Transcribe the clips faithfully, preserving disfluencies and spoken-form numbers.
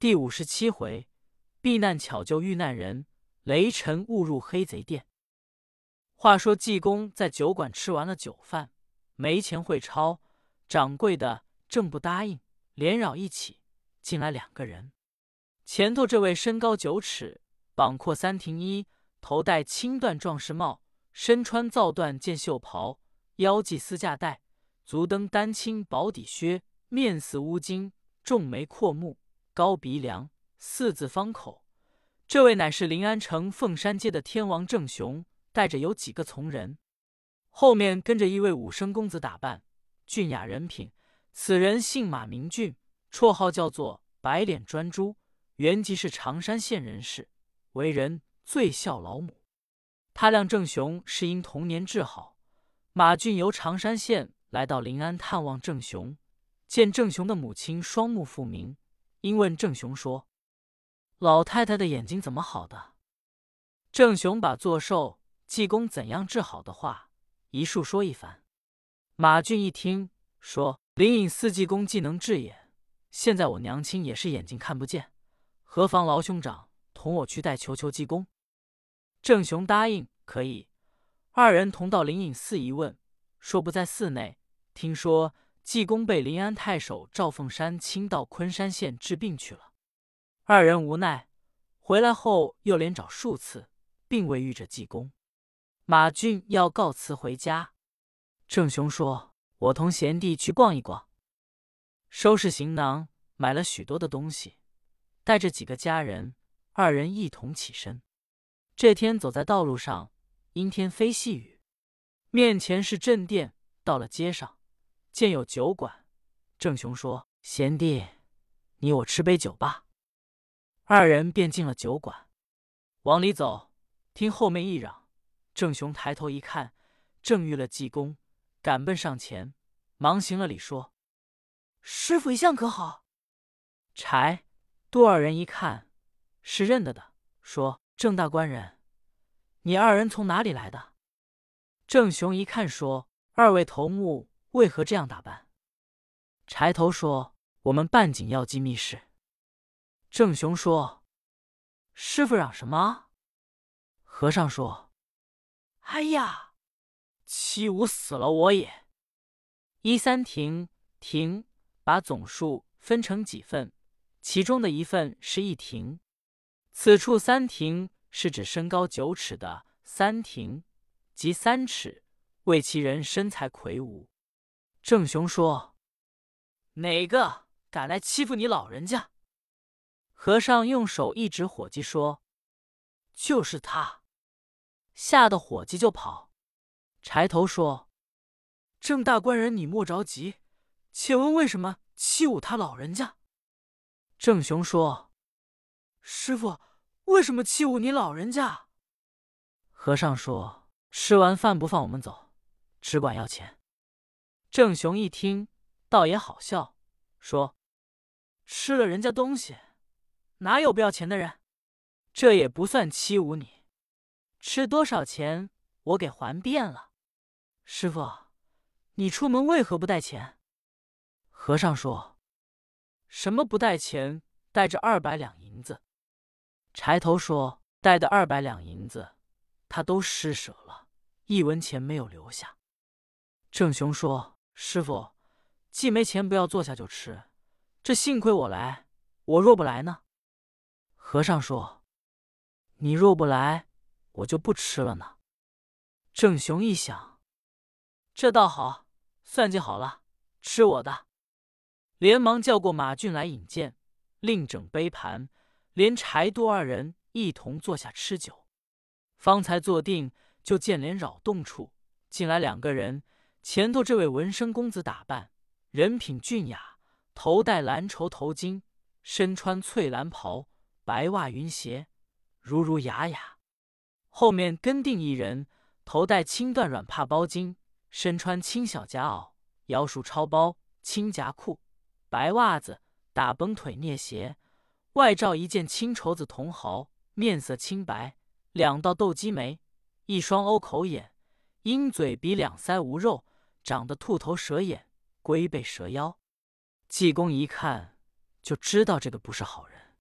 第五十七回，避难巧救遇难人，雷神误入黑贼店。话说济公在酒馆吃完了酒饭，没钱汇钞，掌柜的正不答应，连扰一起进来两个人。前头这位身高九尺，膀阔三庭衣，头戴青缎壮士帽，身穿皂缎箭袖袍，腰系丝架带，足蹬丹青薄底靴，面似乌金，重眉阔目，高鼻梁，四字方口。这位乃是临安城凤山街的天王郑雄，带着有几个从人，后面跟着一位武生公子打扮，俊雅人品。此人姓马名俊，绰号叫做白脸专诸，原籍是常山县人士，为人最孝老母。他谅郑雄是因童年志好，马俊由常山县来到临安探望郑雄，见郑雄的母亲双目复明，因问郑雄说：“老太太的眼睛怎么好的？”郑雄把做寿济公怎样治好的话一述说一番。马俊一听说：“灵隐寺济公既能治眼，现在我娘亲也是眼睛看不见，何妨劳兄长同我去代求求济公？”郑雄答应可以。二人同到灵隐寺一问，说不在寺内，听说济公被临安太守赵凤山亲到昆山县治病去了。二人无奈，回来后又连找数次，并未遇着济公。马俊要告辞回家，郑雄说：“我同贤弟去逛一逛。”收拾行囊，买了许多的东西，带着几个家人，二人一同起身。这天走在道路上，阴天飞细雨，面前是镇店，到了街上，见有酒馆。郑雄说：“贤弟，你我吃杯酒吧。”二人便进了酒馆，往里走，听后面一嚷，郑雄抬头一看，正遇了济公，赶奔上前，忙行了礼，说：“师傅一向可好？”柴、杜二人一看是认得的，说：“郑大官人，你二人从哪里来的？”郑雄一看说：“二位头目为何这样打扮？”柴头说：“我们办紧要机密事。”郑雄说：“师傅嚷什么？”和尚说：“哎呀，七五死了我也。”一三亭亭把总数分成几份，其中的一份是一亭。此处三亭是指身高九尺的三亭，即三尺，为其人身材魁梧。郑雄说：“哪个敢来欺负你老人家？”和尚用手一指伙计说：“就是他。”吓得伙计就跑。柴头说：“郑大官人，你莫着急，且问为什么欺侮他老人家？”郑雄说：“师傅，为什么欺侮你老人家？”和尚说：“吃完饭不放我们走，只管要钱。”郑雄一听，倒也好笑，说：“吃了人家东西，哪有不要钱的人？这也不算欺侮你，吃多少钱我给还遍了。师傅，你出门为何不带钱？”和尚说：“什么不带钱？带着二百两银子。”柴头说：“带的二百两银子，他都施舍了，一文钱没有留下。”郑雄说：“师傅，既没钱，不要坐下就吃，这幸亏我来，我若不来呢？”和尚说：“你若不来，我就不吃了呢。”郑雄一想，这倒好，算计好了，吃我的。连忙叫过马俊来引荐，另整杯盘，连柴杜二人一同坐下吃酒。方才坐定，就见连扰动处进来两个人，前头这位文生公子打扮，人品俊雅，头戴蓝绸头巾，身穿翠蓝袍，白袜云鞋，儒儒雅雅。后面跟定一人，头戴青缎软帕包巾，身穿青小夹袄，腰束超包，青夹裤，白袜子，打绷腿蹑鞋，外罩一件青绸子铜袍，面色清白，两道斗鸡眉，一双欧口眼，鹰嘴鼻，两腮无肉，长得兔头蛇眼，龟背蛇腰。济公一看就知道这个不是好人，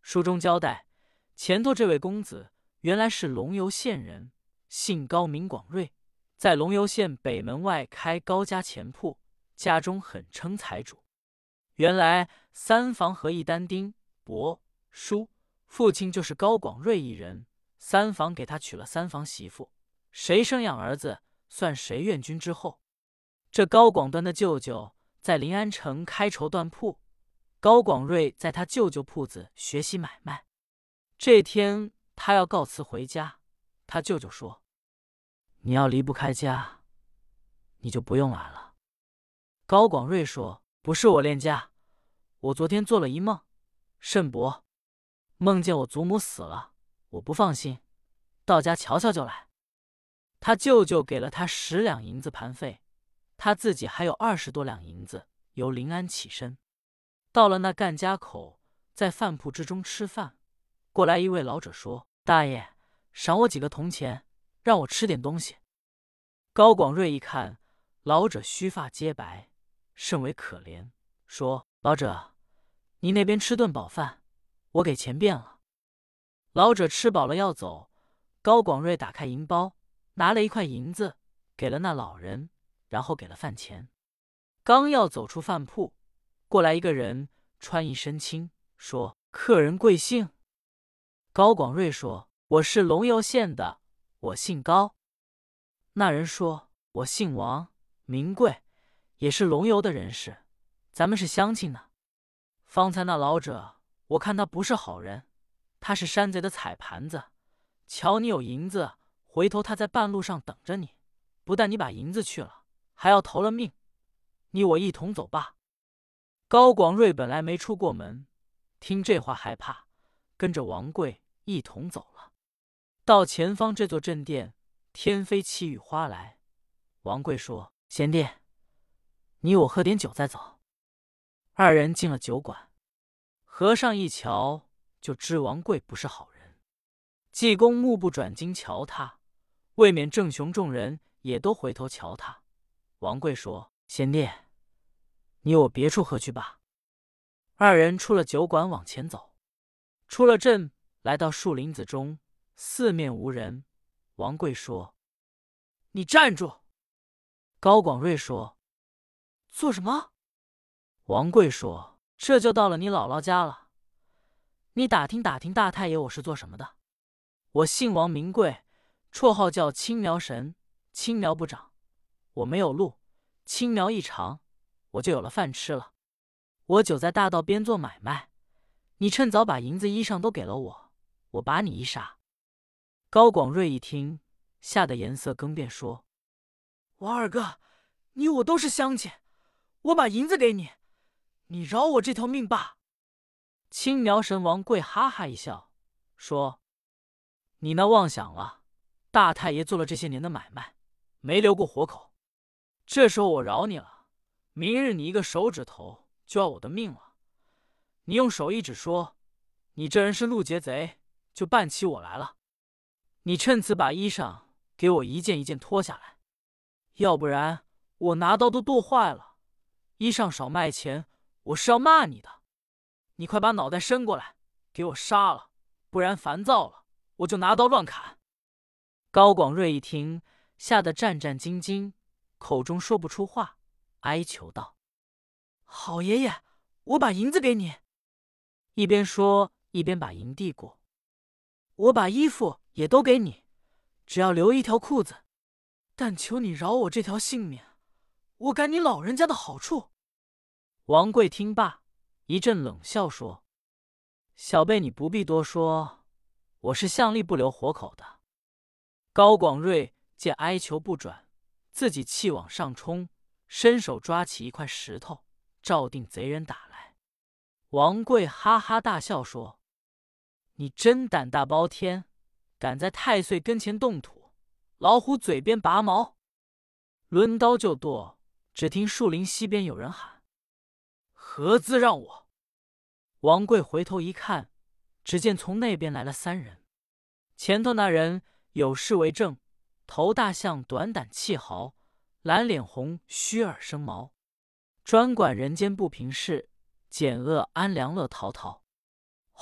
书中交代，前头这位公子原来是龙游县人，姓高名广瑞，在龙游县北门外开高家钱铺，家中很称财主。原来三房合一单丁、伯、叔，父亲就是高广瑞一人，三房给他娶了三房媳妇，谁生养儿子，算谁愿君之后。这高广端的舅舅在临安城开绸缎铺，高广瑞在他舅舅铺子学习买卖。这天他要告辞回家，他舅舅说：“你要离不开家，你就不用来了。”高广瑞说：“不是我恋家，我昨天做了一梦，甚薄，梦见我祖母死了，我不放心，到家瞧瞧就来。”他舅舅给了他十两银子盘费，他自己还有二十多两银子，由临安起身，到了那干家口，在饭铺之中吃饭。过来一位老者说：“大爷，赏我几个铜钱，让我吃点东西。”高广瑞一看，老者须发皆白，甚为可怜，说：“老者，你那边吃顿饱饭，我给钱便了。”老者吃饱了要走，高广瑞打开银包，拿了一块银子给了那老人，然后给了饭钱。刚要走出饭铺，过来一个人，穿一身青，说：“客人贵姓？”高广瑞说：“我是龙游县的，我姓高。”那人说：“我姓王，名贵，也是龙游的人士，咱们是乡亲呢。方才那老者，我看他不是好人，他是山贼的踩盘子。瞧你有银子，回头他在半路上等着你，不但你把银子去了，还要投了命。你我一同走吧。”高广瑞本来没出过门，听这话害怕，跟着王贵一同走了。到前方这座镇店，天飞起雨花来。王贵说：“贤弟，你我喝点酒再走。”二人进了酒馆，和尚一瞧就知王贵不是好人。济公目不转睛瞧他，未免郑雄众人也都回头瞧他。王贵说：“贤弟，你我别处喝去吧。”二人出了酒馆往前走，出了镇，来到树林子中，四面无人。王贵说：“你站住！”高广瑞说：“做什么？”王贵说：“这就到了你姥姥家了，你打听打听大太爷我是做什么的。我姓王名贵，绰号叫青苗神，青苗部长。我没有路，青苗一长，我就有了饭吃了。我久在大道边做买卖，你趁早把银子衣裳都给了我，我把你一杀。”高广瑞一听，吓得颜色更变，说：“王二哥，你我都是乡亲，我把银子给你，你饶我这条命罢。”青苗神王贵哈哈一笑，说：“你那妄想了，大太爷做了这些年的买卖，没留过活口。这时候我饶你了，明日你一个手指头就要我的命了。你用手一指说，你这人是路劫贼，就办起我来了。你趁此把衣裳给我一件一件脱下来，要不然我拿刀都剁坏了。衣裳少卖钱，我是要骂你的。你快把脑袋伸过来，给我杀了，不然烦躁了，我就拿刀乱砍。”高广瑞一听，吓得战战兢兢，口中说不出话，哀求道：“好爷爷，我把银子给你。”一边说一边把银递过。“我把衣服也都给你，只要留一条裤子，但求你饶我这条性命，我赶你老人家的好处。”王贵听罢，一阵冷笑说：“小辈你不必多说，我是向力不留活口的。”高广瑞见哀求不转，自己气往上冲，伸手抓起一块石头，照定贼人打来。王贵哈哈大笑说：“你真胆大包天，敢在太岁跟前动土，老虎嘴边拔毛！”抡刀就剁，只听树林西边有人喊：“何自让我！”王贵回头一看，只见从那边来了三人。前头那人有事为证，头大象短胆气豪，蓝脸红须耳生毛，专管人间不平事，检恶安良乐陶陶。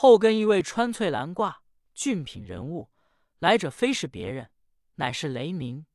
后跟一位穿翠蓝褂、俊品人物，来者非是别人，乃是雷鸣。